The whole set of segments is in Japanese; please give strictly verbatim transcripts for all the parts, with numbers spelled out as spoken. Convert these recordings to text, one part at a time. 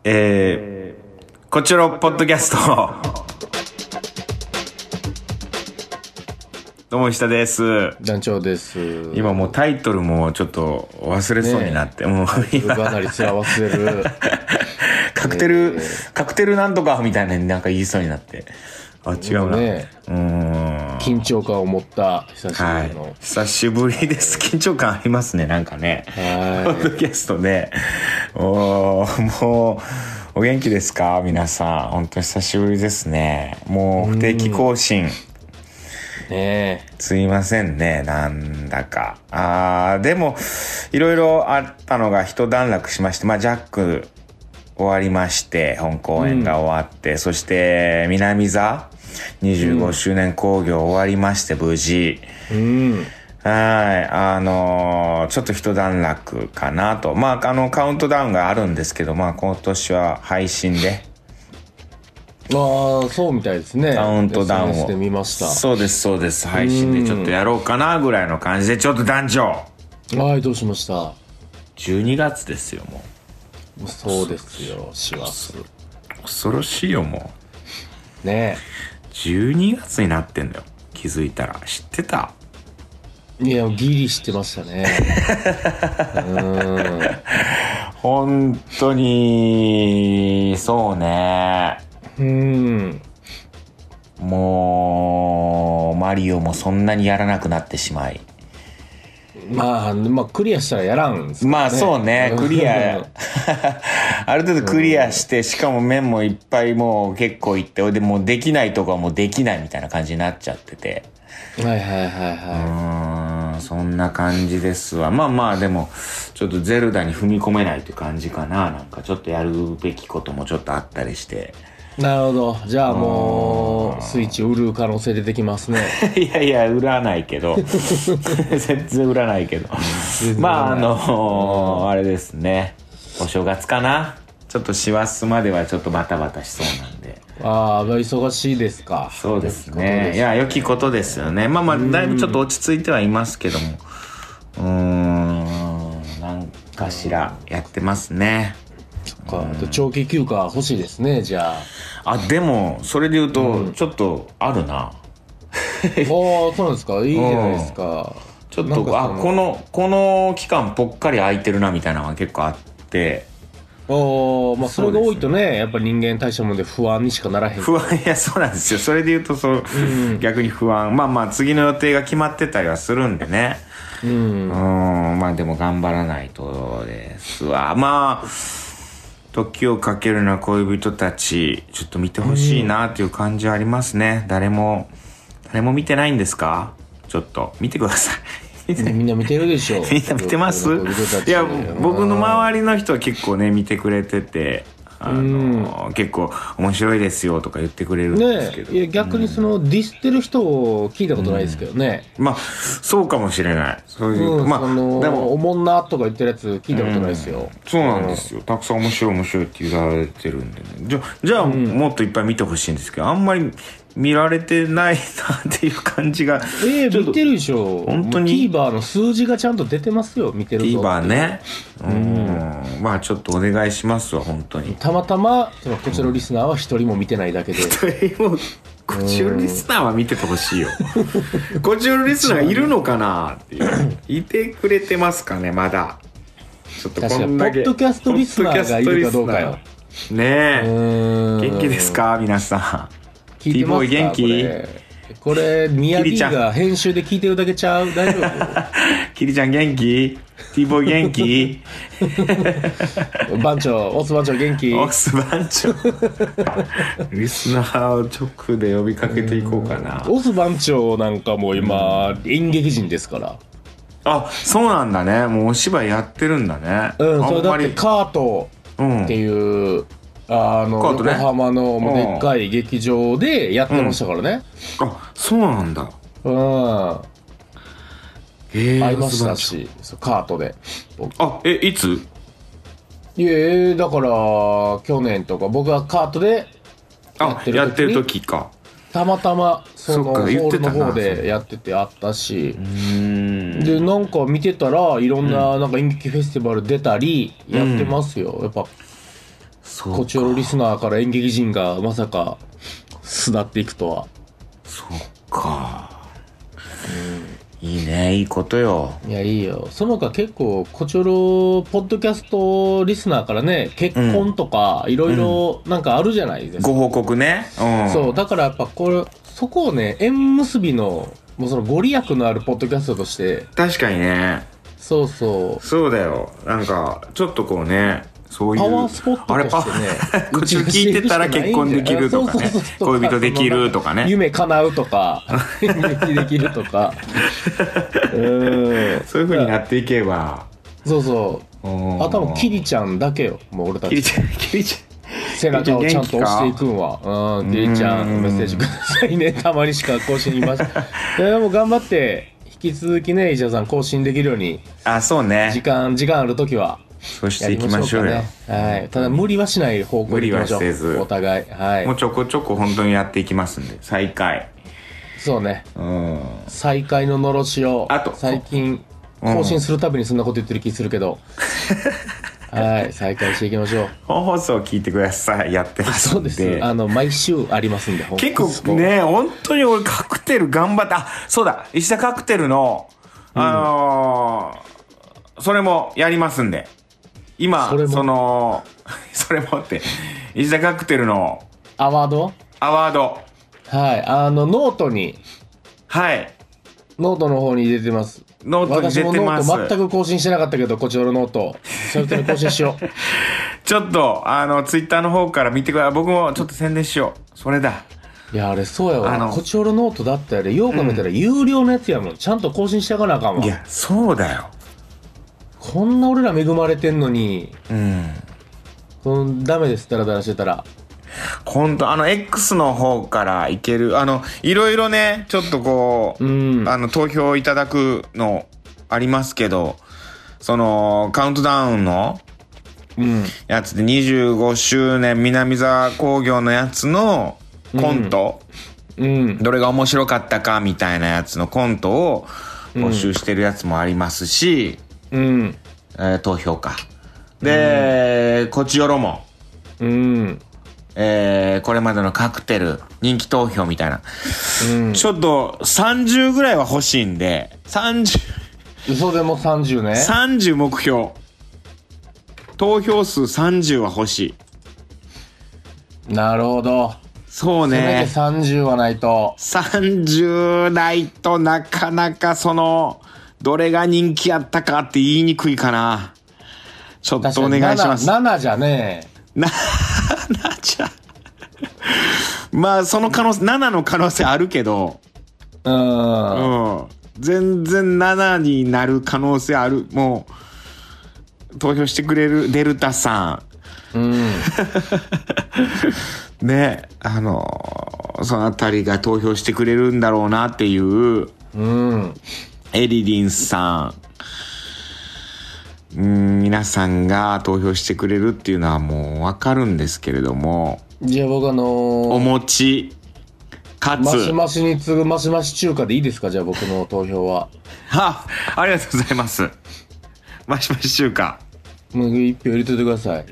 えー、こちらのポッドキャストどうも石田です。 団長です。 今もうタイトルもちょっと忘れそうになって、ね、もう今かなりすら忘れるカクテル、えー、カクテルなんとかみたいななんか言いそうになって、あ違うな、ね、うーん緊張感を持った久しぶりの、はい、 久しぶりです。緊張感ありますね、なんかね、はい、ポッドキャストね。おもうお元気ですか皆さん。本当に久しぶりですね。もう不定期更新ね、 すいませんね、なんだか。あーでもいろいろあったのが一段落しまして、まあジャック終わりまして、本公演が終わって、うん、そして南座にじゅうごしゅうねん興行終わりまして、無事、 うん、 はいあのー、ちょっと一段落かなと。まああのカウントダウンがあるんですけど、まあ今年は配信で、 ああそうみたいですね。 カウントダウンをエスエヌエス で見ました。 そうですそうです、配信でちょっとやろうかなぐらいの感じで。ちょっと団長、 はい、どうしました。 じゅうにがつですよ。もうそうですよ、師走。 恐ろしいよもうねえ、 じゅうにがつになってんだよ。気づいたら。知ってた？ いやギリ知ってましたねうん本当にそうね。 うんもうマリオもそんなにやらなくなってしまい、 まあ、まあクリアしたらやらんですかね。 まあそうね、クリアある程度クリアして、しかも面もいっぱいもう結構いって、でもうできないとこはもうできないみたいな感じになっちゃってて、 はいはいはいはい、うーんそんな感じですわ。まあまあでもちょっとゼルダに踏み込めないという感じかな。なんかちょっとやるべきこともちょっとあったりして。 なるほど。じゃあもうスイッチ売る可能性出てきますねいやいや売らないけど全然売らないけどまああのー、あれですね、お正月かな、ちょっと師走まではちょっとバタバタしそうなんで。 ああ忙しいですか。 そうですね、いや良きことですよね。まあまあだいぶちょっと落ち着いてはいますけども、うーんなんかしらやってますね。 そっか、長期休暇欲しいですね。じゃああでもそれで言うと、うん、ちょっとあるな。ああそうなんですか。いいじゃないですか。 ちょっとあこのこの期間ぽっかり空いてるなみたいなのが結構あって、 おまあそれが多いとね、やっぱり人間対象もで不安にしかならへん。 不安、いやそうなんですよ。それで言うとそう、うん、逆に不安。まあまあ次の予定が決まってたりはするんでね。うん、うんまあでも頑張らないとですわ。まあ時をかけるな恋人たち、ちょっと見てほしいなっていう感じはありますね。うん、誰も誰も見てないんですか？ちょっと見てください。 みんな見てるでしょ。 みんな見てます？いや僕の周りの人は結構ね見てくれてて、あの、うん、結構面白いですよとか言ってくれるんですけど、 ね、いや逆にその、うん、ディスってる人を聞いたことないですけどね。 うん、まあそうかもしれない。そういう、 うん、まあそのでもおもんなとか言ってるやつ聞いたことないですよ。うん、 そうなんですよ。たくさん面白い面白いって言われてるんでね。じゃじゃあ、うん、もっといっぱい見てほしいんですけど、あんまり見られてないなっていう感じが。 えー、見てるでしょ。 本当に TVer の数字がちゃんと出てますよ。見てるぞ。 TVer ね。うん。まあちょっとお願いしますわ本当に。 たまたまそのこちらのリスナーは一人も見てないだけで。 一人もこちらのリスナーは見ててほしいよ。こちらのリスナーいるのかなっていう。いてくれてますかねまだ。ちょっとこんだけ。 ポッドキャストリスナーがいるかどうかよ。 ねえ。元気ですか皆さん。 聞いてますか？ T ボーイ元気？ これ宮城が編集で聞いてるだけちゃう？大丈夫？ キリちゃん元気？ T ボーイ元気？ 番長オス番長元気？ オス番長リスナーを直で呼びかけていこうかな。 オス番長なんかもう今、うん、演劇人ですから。 あそうなんだね。もうお芝居やってるんだね。 うんそれだってカートっていう、うんあの、ね、横浜のもうでっかい劇場でやってましたからね。 うん、あ、そうなんだ。 うん。えー、会いましたし、カートで。 あ、え、いつ？ いえ、だから去年とか僕がカートでやってる時に、あ、やってる時か。 たまたまそのホールの方でやっててあったし、うんでなんか見てたらいろんななんか演劇フェスティバル出たりやってますよ。うん、やっぱ。 コチョロリスナーから演劇人がまさか巣立っていくとは。 そっか、うん、いいね、いいことよ。 いや、いいよ。その他結構コチョロポッドキャストリスナーからね、結婚とかいろいろなんかあるじゃないですか、 ご報告ね、うん、 そうだからやっぱこれそこをね、縁結びのもうそのご利益のあるポッドキャストとして。 確かにね。 そうそうそうだよ。なんかちょっとこうね、そういうパワースポットとしてね、 こっち聞いてたら結婚できるとかね、恋人できるとかね、 夢叶うとか演劇できるとかうんそういう風になっていけば。 そうそう。あ、多分キリちゃんだけよ、もう俺たち。 キリちゃん、キリちゃん背中をちゃんと押していくんは。うん、キリちゃんメッセージくださいね。たまにしか更新いません。でも頑張って引き続きね、石田さん更新できるように。 あ、そうね。 時間時間あるときはそうしていきましょうよ。 ね、はい。ただ無理はしない方向でいきましょう。無理はせず、お互い。はい。 もうちょこちょこ本当にやっていきますんで、再開。 そうね。 うん。 再開ののろしを。あと最近更新するたびにそんなこと言ってる気するけど。はい、再開していきましょう。 本放送聞いてください。やってますんで。 そうです。あの毎週ありますんで。 結構ね、本当に俺カクテル頑張った。あ、そうだ、石田カクテルのあのー、それもやりますんで。今 そ, そのそれもって石田カクテルのアワードアワード、 はい、あのノートに、 はいノートの方に出てます。 ノートに出てます。 私もノート全く更新してなかったけど、こちらのノートそれとも更新しようちょっとあのツイッターの方から見てください。僕もちょっと宣伝しよう。それだ。 いや、あれそうやわ。こちらのノートだったらよう考えたら有料のやつやもん、うん、ちゃんと更新していかなあかんわ。 いや、そうだよ。 こんな俺ら恵まれてんのに、 うん、 うん、ダメです。ダラダラしてたら。 本当あの X の方からいける、あのいろいろね、ちょっとこう、うん、あの投票いただくのありますけど、そのカウントダウンのやつでにじゅうごしゅうねん南沢工業のやつのコント、うんうん、どれが面白かったかみたいなやつのコントを募集してるやつもありますし、うん、えー、投票かで、うん、こちよろも、うん、えー、これまでのカクテル人気投票みたいな、うん、ちょっとさんじゅうぐらいは欲しいんで、さんじゅう嘘でもさんじゅうね。 さんじゅう目標、投票数さんじゅうは欲しい。なるほど。 そうね。せめてさんじゅうはないと。 さんじゅうないとなかなかそのどれが人気やったかって言いにくいかな。ちょっとお願いします。 ななじゃねえ。 ななじゃ。まあその可能性、ななの可能性あるけど。うん。うん。全然ななになる可能性ある。もう投票してくれるデルタさん。うん。ね、あのそのあたりが投票してくれるんだろうなっていう。うん。エリリンさん、うん、皆さんが投票してくれるっていうのはもうわかるんですけれども。 じゃあ僕あのー、 お餅かつマシマシに次ぐマシマシ中華でいいですか？じゃあ僕の投票は。 はありがとうございます。マシマシ中華もう一票入れといてください。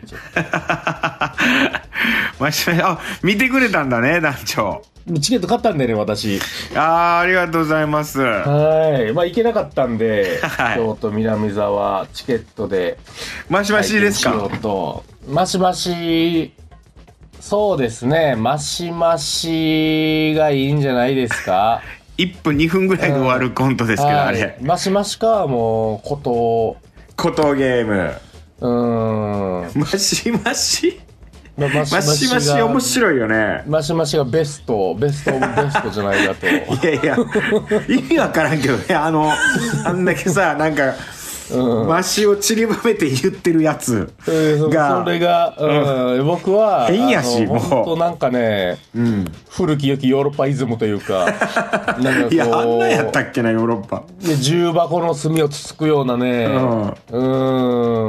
マシマシ、あ、見てくれたんだね、団長。 チケット買ったんでね、私。 あー、ありがとうございます。 はい。まあ行けなかったんで、はい、京都南沢チケットでマシマシですか？ とマシマシ、そうですね、マシマシがいいんじゃないですか。 いっぷんにふんぐらいで終わるコントですけど、うん、あれ、はい、 マシマシか、もうことことゲーム、 うーん、 マシマシマシマシマシマシ面白いよね。 マシマシがベストベストオブベストじゃないかと。いやいや意味わからんけどね、あのあんだけさ、なんか、うん、マシを散りばめて言ってるやつが、えー、それが、うんうん、僕は変やし、もうほんとなんかね、うん、古き良きヨーロッパイズムというかなんかこう、 いや、あんなやったっけな、ヨーロッパで重箱の隅をつつくようなね、うん、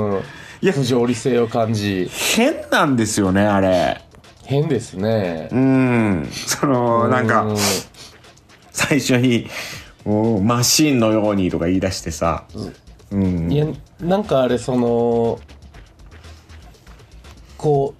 うん、いや、不条理性を感じ、 変なんですよね、あれ。 変ですね。 うん、そのなんか最初にもうマシーンのようにとか言い出してさ、うん、 いや、なんかあれ、そのこ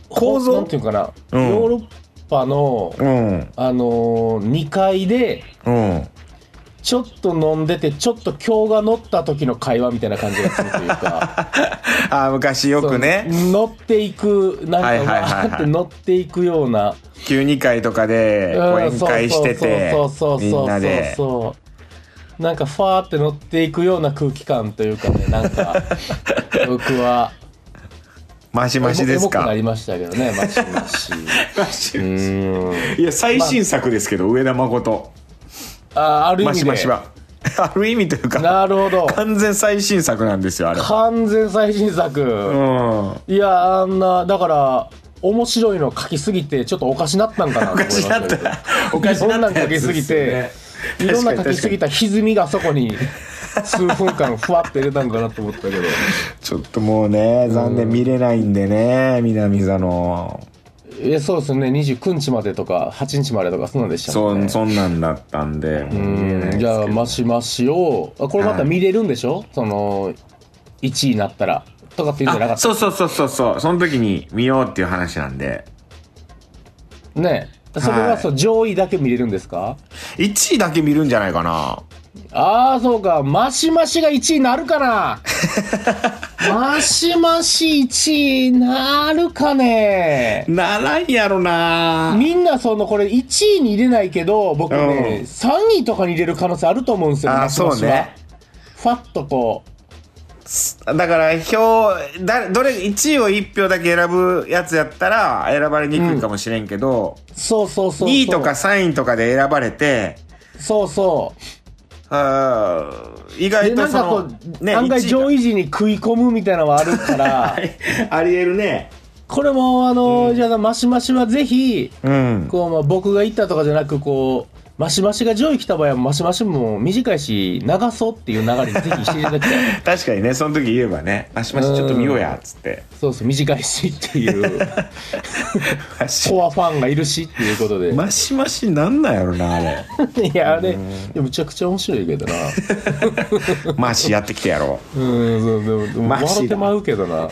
構造なんていうかな、 うんヨーロッパの、 うん。 あのー、にかいでうん。 ちょっと飲んでてちょっと今日が乗った時の会話みたいな感じがするというかあ、昔よくね。 乗っていくなんかはいはいはいはいわーって乗っていくようなきゅうに会とかで講演会しててそうそうそうそうみんなでそうなんかファーって乗っていくような空気感というかねなんか僕はマシマシですエモくなか。 りましたけどねマシマシマシうーんいや最新作ですけど、上田誠あある意味でマシマシはある意味というかなるほど完全最新作なんですよあれ。 完全最新作、 うんいやあんなだから面白いの書きすぎてちょっとおかしなったんかなと思いましたけどおかしなったいろんなん書きすぎていろんな書きすぎた歪みがそこに数分間ふわって入れたんかなと思ったけどちょっともうね残念見れないんでね、南座のえそうですねにじゅうくにちまでとかはちにちまでとかそんなんでしたもんね。 そそんなんだったんでもう見れないですけどじゃあマシマシをあこれまた見れるんでしょ、そのいちいになったらとかっていうんじゃなかったあそうそうそうそうそうその時に見ようっていう話なんでねえそれはそう上位だけ見れるんですか。 いちいだけ見るんじゃないかな。 ああそうかマシマシがいちいになるかなマシマシいちいなるかね。 ならんやろな。 みんなそのこれいちいに入れないけど僕ね、 うんさんいとかに入れる可能性あると思うんですよ。 あマシマシはそうねファッとこだから票だどれいちいをいち票だけ選ぶやつやったら選ばれにくいかもしれんけど、 うそうそうそうそうにいとかさんいとかで選ばれてそうそうあ意外でなんかことそのう、案外上位位陣に食い込むみたいなのはあるからありえるね。 これもあの、うん、じゃあマシマシはぜひ、 うん、 こうまあ、僕が言ったとかじゃなくこうマシマシが上位来た場合はマシマシも短いし流そうっていう流れにぜひしていただきたい確かにねその時言えばねマシマシちょっと見ようやっつって、 そうそう短いしっていうコアファンがいるしっていうことでマシマシなんなんやろなあれいやあれむちゃくちゃ面白いけどなマシやってきてやろううんそうでもマシだ笑ってまうけどなやっ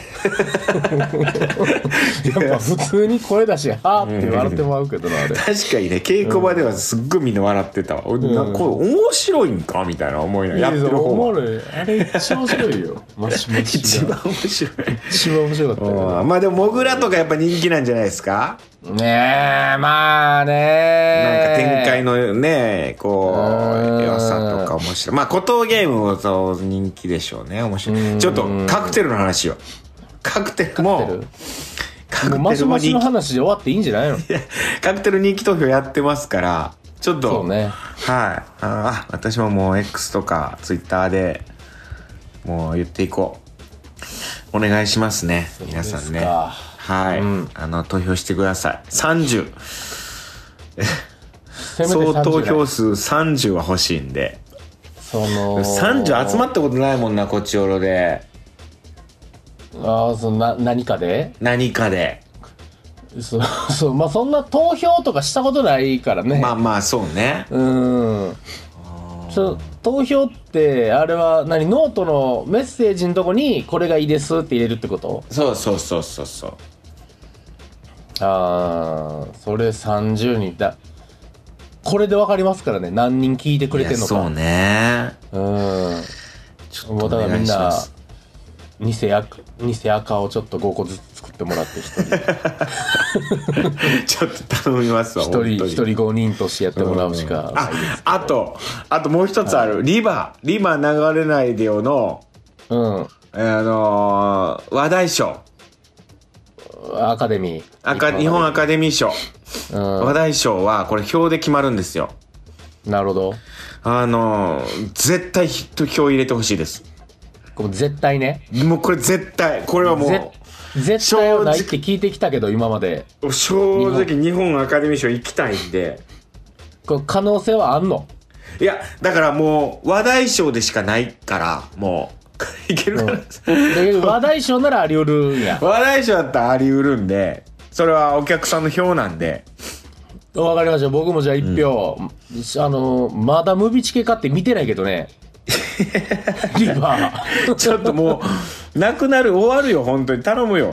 ぱ普通に声出しはーって笑ってまうけどなあれ確かにね稽古場ではすっごいみんな笑ってたわ、うん、なんかこれ面白いんかみたいな思いなやってる方はあれ一番面白いよマシマシ一番面白い一番面白かったよまあでもモグラとかやっぱ人気なんじゃないですかねえまあねなんか展開のねこう良さとか面白いまあ古藤ゲームもそう人気でしょうね面白いちょっとカクテルの話よカクテルもカクテルもうマシマシの話で終わっていいんじゃないの。いやカクテル人気投票やってますからちょっとそうねはいあ私ももう X とか Twitter でもう言っていこうお願いしますね皆さんねはい、うん、あの投票してくださいさんじゅう総投票数さんじゅうは欲しいんでそのさんじゅう集まったことないもんなこっちおろでああそんな何かで何かでそうそうまあそんな投票とかしたことないからねまあまあそうねうんそ投票ってあれは何ノートのメッセージのとこにこれがいいですって入れるってこと。 そうそうそうそうそうああそれさんじゅうにんだこれで分かりますからね何人聞いてくれてんのか。 そうねうんちょっとお願いします偽赤偽赤をちょっとごこずつ作ってもらって一人ちょっと頼みますわ一人一人ごにんとしてやってもらうしか、 うん、ああとあともう一つある、はい、リバリバ流れないでよの、 うん、 あのー、話題賞アカデミー赤日本アカデミー賞、うん、話題賞はこれ票で決まるんですよ。 なるほど。 あのー、絶対票入れてほしいです。 絶対ねもうこれ絶対これはもう絶対はないって聞いてきたけど今まで正直日本アカデミー賞行きたいんでこれ可能性はあんの。 いやだからもう話題賞でしかないからもういけるから、 うん、話題賞ならあり得るんや話題賞だったらあり得るんでそれはお客さんの票なんでわかりました。僕もじゃあいち票、うん、あのまだムビチケ買って見てないけどねリバーちょっともうなくなる終わるよ本当に頼むよ。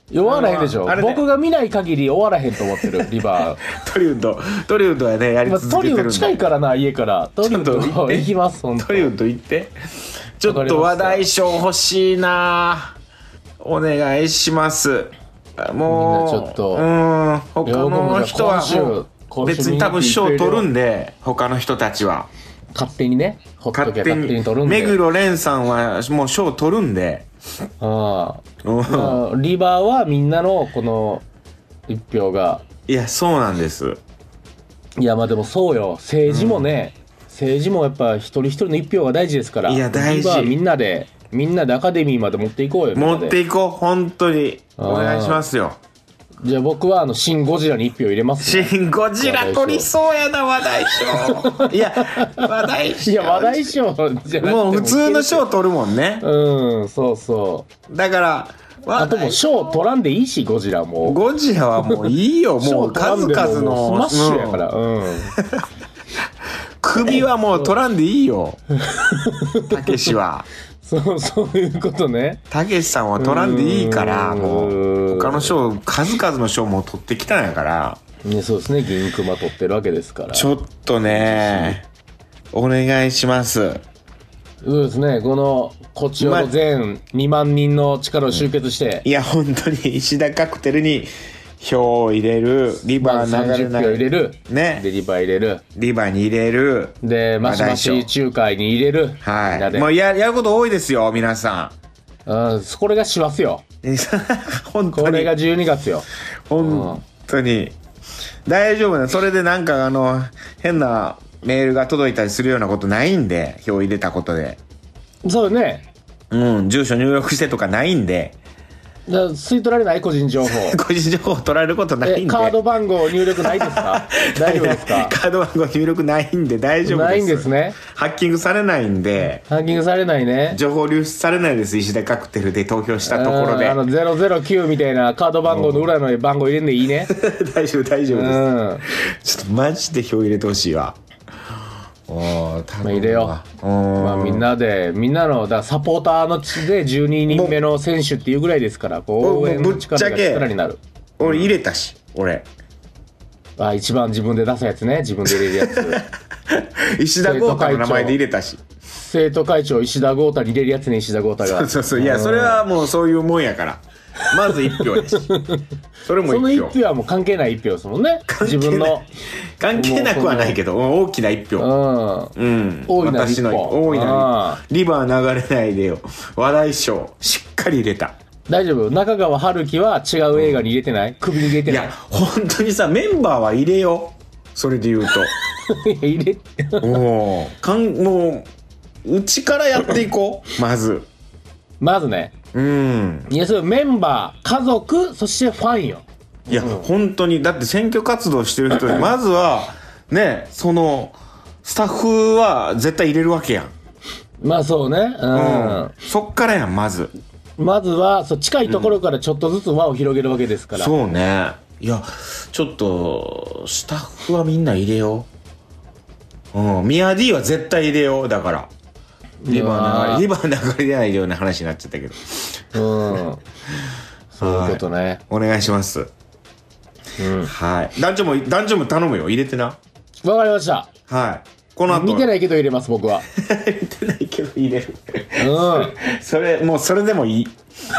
終わらへんでしょ。 あれね僕が見ない限り終わらへんと思ってるリバートリウッドトリウッドはねやりまあ続けてるんで、 トリウッド近いからな家からトリウッドちょっと行って行きます本当トリウッド行ってちょっと話題賞欲しいなお願いしますもうみんなちょっとうん他の人はもう今週別に多分賞取るんで他の人たちは勝手にねほっときゃ勝手勝手にに取るんで目黒蓮さんはもう賞取るんであうんあまあリバーはみんなのこの一票がいやそうなんですいやまあでもそうよ政治もね、うん、政治もやっぱ一人一人の一票が大事ですからいや大事リバーみんなでみんなでアカデミーまで持っていこうよ持っていこう本当にお願いしますよじゃあ僕はあのシン・ゴジラに一票入れます、 ね、シン・ゴジラ取りそうやな話題賞いや話題賞いや話題賞じゃなくてもう普通の賞取るもんねうんそうそうだからあともう賞取らんでいいしゴジラもゴジラはもういいよもう数々のスマッシュやからうん、うん、 首はもう取らんでいいよたけしはそうそういうことねたけしさんは取らんでいいからもう他の賞数々の賞も取ってきたんやから、 ね、そうですね銀熊取ってるわけですからちょっとねお願いしますそうですねこのこっちの全にまん人の力を集結して、 いや本当に石田カクテルに票を入れるリバー流れない、 まあ、さんじゅっぴょう入れるねでリバー入れるリバーに入れるでマシマシ仲介に入れるはいもう や, やること多いですよ皆さんうんこれが師走よ本当にこれがじゅうにがつよ本当に、うん、大丈夫ねそれでなんかあの変なメールが届いたりするようなことないんで票入れたことでそうねうん住所入力してとかないんでだ吸い取られない個人情報個人情報取られることないんでカード番号入力ないですか大丈夫ですかカード番号入力ないんで大丈夫ですないんですねハッキングされないんでハッキングされないね情報流出されないです石田カクテルで投票したところであのゼロゼロきゅうみたいなカード番号の裏の番号入れんでいいね大丈夫大丈夫です、 うん、 ちょっとマジで票入れてほしいわおーまあ、入れよう、まあ、みんなでみんなのだサポーターの地でじゅうににんめの選手っていうぐらいですからこう応援の力が力になる俺入れたし俺あ一番自分で出すやつね自分で入れるやつ石田豪太の名前で入れたし生徒会長石田豪太に入れるやつね石田豪太がそうそうそういやそれはもうそういうもんやからまずいち票ですそれもいち票そのいち票はもう関係ないいち票ですもんね自分の関係なくはないけど大きないち票うん、うん、 大いな一歩大いなリバー流れないでよ話題賞しっかり入れた大丈夫中川春樹は違う映画に入れてない、うん、首に入れてないいや本当にさメンバーは入れよそれで言うと入れおかんもううちからやっていこうまずまずねうんいやそれメンバー家族そしてファンよいや、うん、本当にだって選挙活動してる人でまずはねそのスタッフは絶対入れるわけやんまあそうねうん、うん、 そっからやんまずまずはそう近いところからちょっとずつ輪を広げるわけですから、 うん、そうねいやちょっとスタッフはみんな入れよううんミヤ D は絶対入れようだからリバー流れリバー流れないような話になっちゃったけどうんそういうことねお願いしますうんはい団長も団長も頼むよ入れてなわかりましたはいこの後見てないけど入れます僕は見てないけど入れるうんそれもうそれでもいい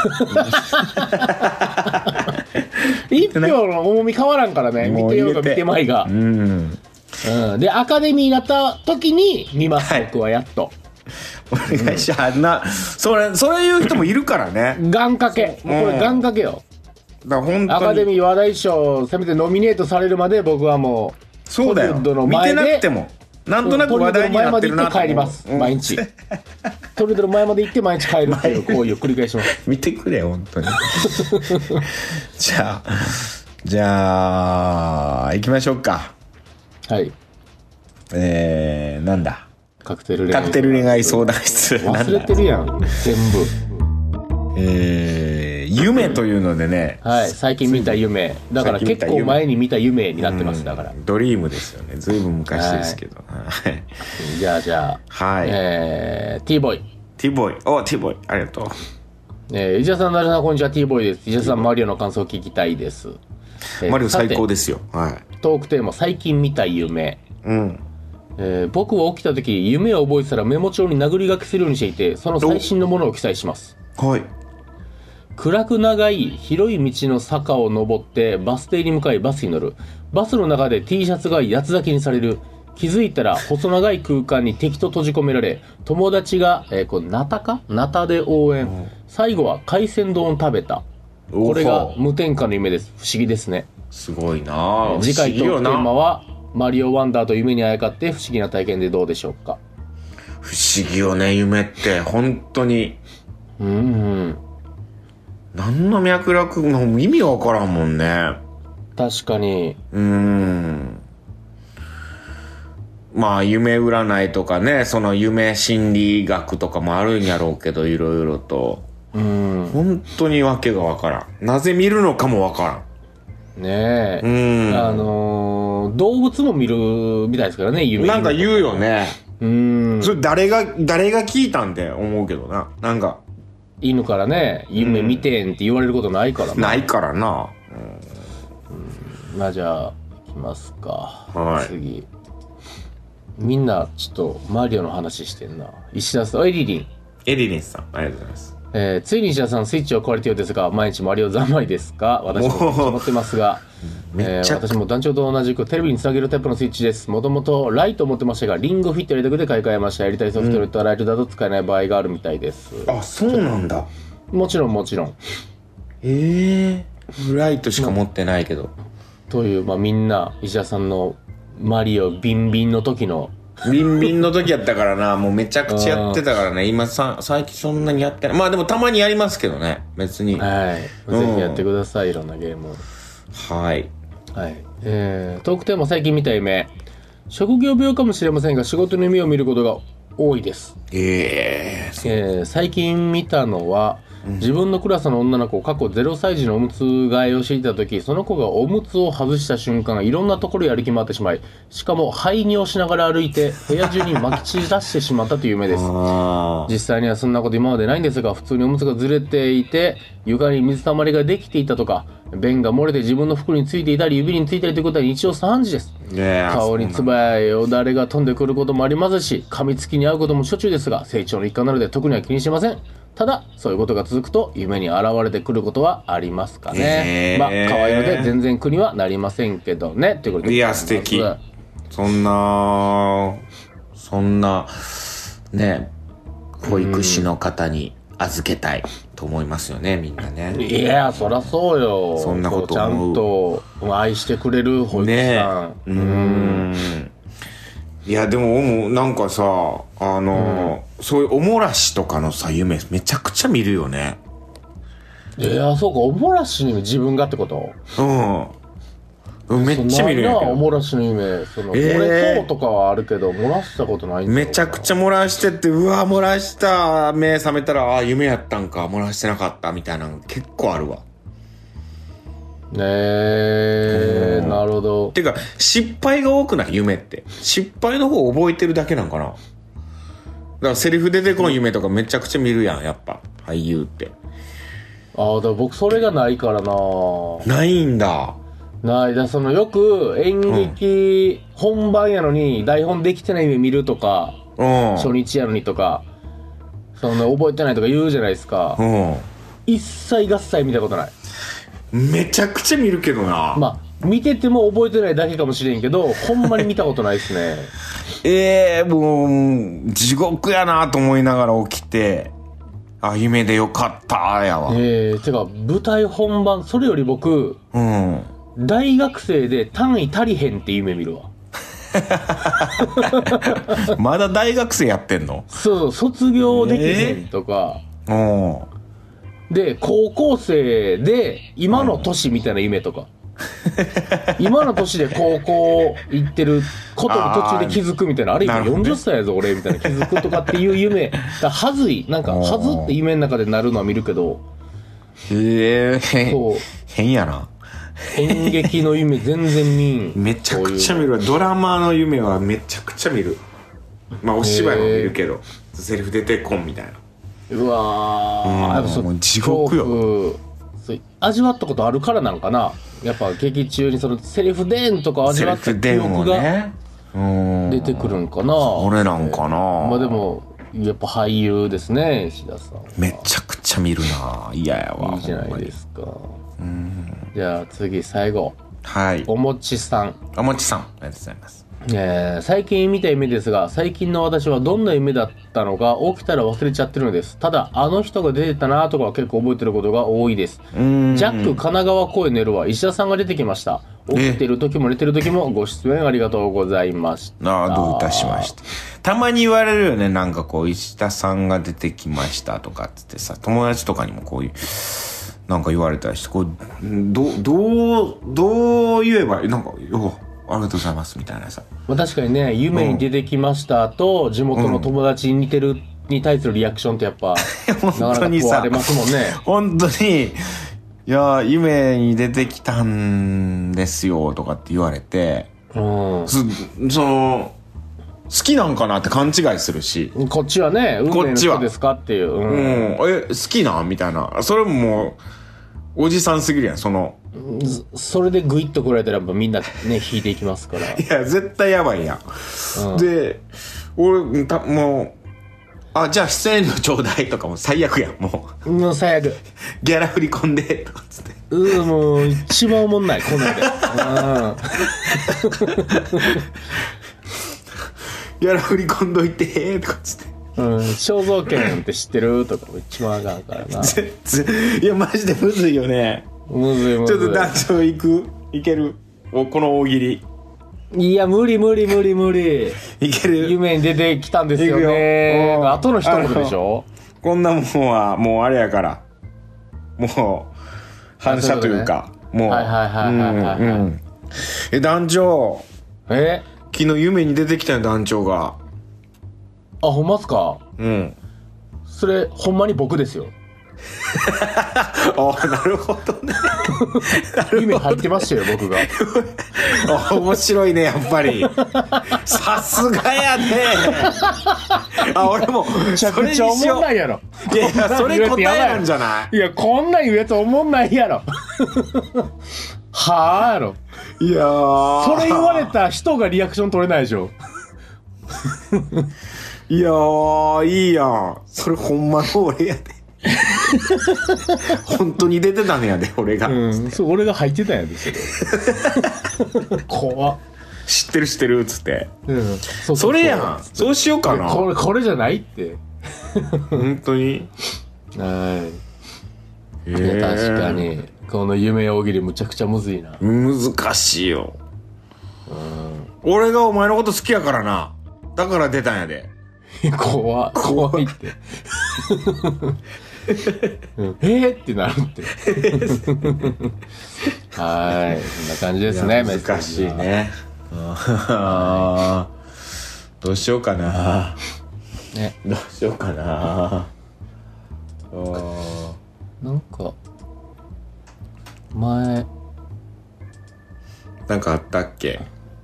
一票の重み変わらんからね見てようが見てまいがうん、うん、でアカデミーになった時に見ます、はい、僕はやっとお願いします、うん、なそれそういう人もいるからね願掛けもうこれ願掛けよだから本当にアカデミー話題賞せめてノミネートされるまで僕はもうそうだよ見てなくてもなんとなく話題になってるなと思う。トリドル前まで行って帰ります、うん、毎日トリドル前まで行って毎日帰るっていう行為を繰り返します見てくれ本当にじゃあじゃあ行きましょうかはいえー、なんだカクテル恋愛カクテル恋愛相談室忘れてるやん全部えー、夢というのでね、 はい最近見た夢だから結構前に見た夢になってますだからドリームですよねずいぶん昔ですけど、はい、 じゃあじゃあはいえー、T ボーイ T ボーイお T ボーイありがとうえー、石田さん、なるさん、こんにちは。T ボーイです。石田さん、マリオの感想を聞きたいです。 えー、マリオ最高ですよ。はい。 トークテーマ、最近見た夢。 うん。 えー、僕は起きた時、夢を覚えてたらメモ帳に殴り書きするようにしていて、その最新のものを記載します。 はい。 暗く長い広い道の坂を登ってバス停に向かいバスに乗る。バスの中で T シャツが八つ裂きにされる。気づいたら細長い空間に敵と閉じ込められ、友達が、えー、これナタかナタで応援、うん、最後は海鮮丼を食べた。これが無添加の夢です。不思議ですね。 すごいな。 次回トークテーマはマリオワンダーと夢にあやかって不思議な体験でどうでしょうか。 不思議よね、夢って本当に。 うん、うん、 何の脈絡も意味わからんもんね。 確かに。 うーん。まあ夢占いとかね、その夢心理学とかもあるんやろうけど、いろいろと。 うん。 本当にわけがわからん。なぜ見るのかもわからん。ねえ。うん。あのー、動物も見るみたいですからね、夢。 なんか言うよね。 うん。 それ誰が、誰が聞いたんって思うけどな。なんか。 犬からね、夢見てんって言われることないからな。 ないからな。 うん。まあじゃあ、いきますか。 はい。 次。みんなちょっとマリオの話してんな。石田さん、エリリン。 エリリンさん、ありがとうございます。 えー、ついに石田さん、スイッチを壊れてようですが、毎日マリオ三昧ですか？私も持ってますが、えー、私も団長と同じくテレビにつなげるタイプのスイッチです。もともとライトを持ってましたが、リングフィットやりたくて買い替えました。やりたいソフトウェアとライトだと使えない場合があるみたいです。 あ、そうなんだ。 もちろんもちろん。 えー、ライトしか持ってないけど。 という、まあみんな、石田さんのマリオビンビンの時のビンビンの時やったからな、もうめちゃくちゃやってたからね。今さ、最近そんなにやってない。まあでもたまにやりますけどね、別に。 はい。うん、ぜひやってください、いろんなゲーム。 はい。 はい。えー、トークテーマ最近見た夢。職業病かもしれませんが、仕事の夢を見ることが多いです。 えー、 えー、最近見たのは、自分のクラスの女の子、過去ゼロさい児のおむつ替えをしていた時、その子がおむつを外した瞬間、いろんなところへ歩き回ってしまい、しかも排尿をしながら歩いて部屋中に撒き散らしてしまったという夢です。実際にはそんなこと今までないんですが、普通におむつがずれていて床に水たまりができていたとか、便が漏れて自分の服についていたり指についたりということは日常茶飯事です。顔に唾やよだれが飛んでくることもありますし、噛みつきに遭うこともしょっちゅうですが、成長の一環なので特には気にしません。ただそういうことが続くと夢に現れてくることはありますかね。まあ可愛いので全然苦にはなりませんけどね。ということで、 いや素敵。そんなそんなね、保育士の方に預けたいと思いますよね、みんなね。 いやそりゃそうよ。 そんなことちゃんと愛してくれる保育士さん。 ね、うーん。いやでもなんかさ、あの、うん、そういうおもらしとかのさ夢めちゃくちゃ見るよね。 いやそうか、おもらしに自分がってこと？ うん。めっちゃ見るんやけど。 おもらしの夢、その、えー、漏れそうとかはあるけど漏らしたことないんだ。 めちゃくちゃ漏らしてって、うわ漏らした、目覚めたらあ夢やったんか、漏らしてなかったみたいなの結構あるわ。 えー、なるほど。 てか失敗が多くない？夢って失敗の方覚えてるだけなんかな。だからセリフ出てこん夢とかめちゃくちゃ見るやん、やっぱ俳優って。 ああ、だから僕それがないからな。 ないんだ。 ないだ、そのよく演劇本番やのに台本できてない夢見るとか、うん、初日やのにとか、その覚えてないとか言うじゃないですか。うん、一切合切見たことない。 めちゃくちゃ見るけどな。 まあ見てても覚えてないだけかもしれんけど、ほんまに見たことないですね。 ええー、もう地獄やなと思いながら起きて、あ、夢でよかったやわ。 ええー、てか舞台本番、それより僕、うん、大学生で単位足りへんって夢見るわ。 まだ大学生やってんの？ そうそう、卒業できへんとか、えー、で高校生で今の年みたいな夢とか、今の年で高校行ってることに途中で気づくみたいな、あれ今よんじゅっさいやぞ俺みたいな気づくとかっていう夢だ、はずい、なんかはずって夢の中でなるのは見るけど、 へえ、そう変やな。 演劇の夢全然見ん。 めちゃくちゃ見るわ。ドラマの夢はめちゃくちゃ見る。まあお芝居も見るけどセリフ出てこんみたいな。 うわー、 うんやっぱそもう地獄よ恐怖そう味わったことあるからなんかな。やっぱ劇中にそのセリフでんとか味セリわった記フ伝を憶がねうん出てくるんかな。 それなんかな、 まあでもやっぱ俳優ですね、石田さんは。 めちゃくちゃ見るな嫌やわいいじゃないですか。 うんじゃあ次最後、 はいおもちさん。 おもちさんありがとうございます。 えー最近見た夢ですが、最近の私はどんな夢だったのか起きたら忘れちゃってるのです。ただあの人が出てたなとかは結構覚えてることが多いです。 うーんジャック神奈川公演の夜は石田さんが出てきました。起きてる時も寝てる時もご出演ありがとうございました。 ああどういたしまして。たまに言われるよね、なんかこう石田さんが出てきましたとかっつってさ、友達とかにもこういうなんか言われたりして、こうどどうどう言えばなんかよありがとうございますみたいなさ。 まあ、確かにね、夢に出てきましたと地元の友達に似てるに対するリアクションってやっぱ、 本当にさなかなか問われますもんね。 本当にいや夢に出てきたんですよとかって言われて、 うんそその好きなんかなって勘違いするし、 こっちはね、運命の人ですかっていう。うんうん、え好きなんみたいな、それももうおじさんすぎるやんその。 それでグイッと来られたらやっぱみんなね引いていきますから。 いや絶対やばいやん、うん、で俺たもうあじゃあ出演料ちょうだいとかも最悪やんもうもう最悪ギャラ振り込んでとかっつってうーもう一番おもんないこんなんでギャラ振り込んどいてとかっつってうん、肖像権って知ってるとかも一番あかんからな。 いやマジでむずいよね。 むずいむずい。 ちょっと団長行くいけるおこの大喜利いや無理無理無理無理いける。 夢に出てきたんですよね。後の一言でしょ。 こんなもんはもうあれやからもう反射というかう、ね、もうはいはいはいはいはい、うんうん、 え団長え昨日夢に出てきたよ団長が。 あほんまっすか。 うんそれほんまに僕ですよ。 あなるほどね夢入ってましたよ僕が。 あ面白いねやっぱりさすがやね。あ俺もめちゃくちゃおもんないやろ。 いやいやそれ答えなんじゃない。 いやこんなん言うやつおもんないやろ。はあやろ。 いやそれ言われた人がリアクション取れないでしょ。 いやーいいやんそれほんまの俺やで。本当に出てたねやで俺が、 うん、そう俺が入ってたんやでそれ。怖っ。 知ってる知ってるっつって、 うん、そうそうそうそれやんそうしようかな。 これこれじゃないって。 本当にはい、えー、 確かにこの夢大喜利むちゃくちゃむずいな。 難しいよ、うん、俺がお前のこと好きやからなだから出たんやで。 怖怖いって。うん、えーってなるって。はいそんな感じですね。 難しいね。あどうしようかな、ね、どうしようかな。 なんか前なんかあったっけ。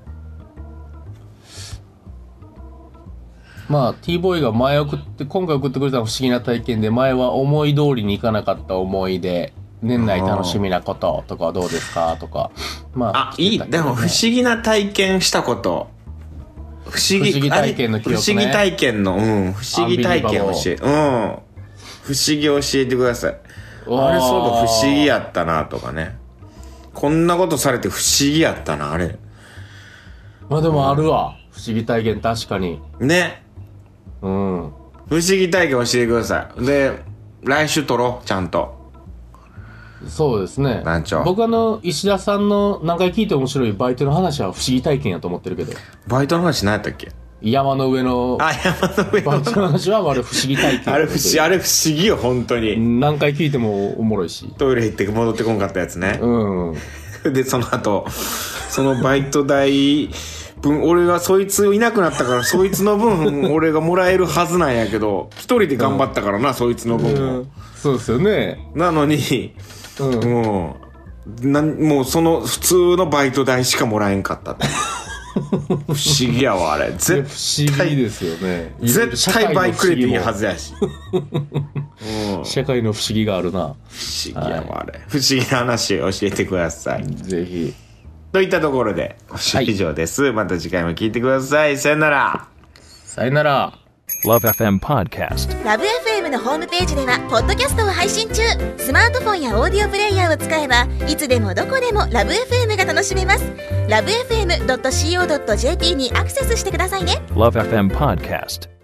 まあ T ボーイが前送って今回送ってくれたの不思議な体験で、前は思い通りにいかなかった思い出、年内楽しみなこととかはどうですかとか。まあ、 あいい、でも不思議な体験したこと、不思議、 不思議体験の記憶ね。 不思議体験の、うん、不思議体験教え、うん、不思議教えてください。あれそうだ不思議やったなとかね。こんなことされて不思議やったなあれ。 まあでもあるわ、うん、不思議体験確かにね。 うん。 不思議体験教えてください。で来週撮ろうちゃんと。 そうですね。 団長僕あの石田さんの何回聞いて面白いバイトの話は不思議体験やと思ってるけど。 バイトの話何やったっけ。 山の上のあ山の上のバイトの話はあれ不思議体験。 あれ不思議あれ不思議よ本当に。 何回聞いてもおもろいし。 トイレ行って戻ってこんかったやつね。 うんでその後そのバイト代分俺がそいついなくなったからそいつの分俺がもらえるはずなんやけど一人で頑張ったからな、うん、そいつの分も、 うん、そうですよね。 なのに、うん、もうなんもうその普通のバイト代しかもらえんかったって不思議やわあれ。絶対不思議ですよね。 絶対バイクレていいはずやし、 うん、社会の不思議があるな。不思議やわあれ、はい、不思議な話を教えてください。 ぜひ。 といったところで今週以上です、はい、また次回も聞いてください。さよなら。 さよなら。 Love エフエム Podcast。 ラブ エフエム のホームページではポッドキャストを配信中。スマートフォンやオーディオプレイヤーを使えばいつでもどこでもラブ エフエム が楽しめます。ラブ エフエムドットシーオードットジェーピー にアクセスしてくださいね。 Love エフエム Podcast。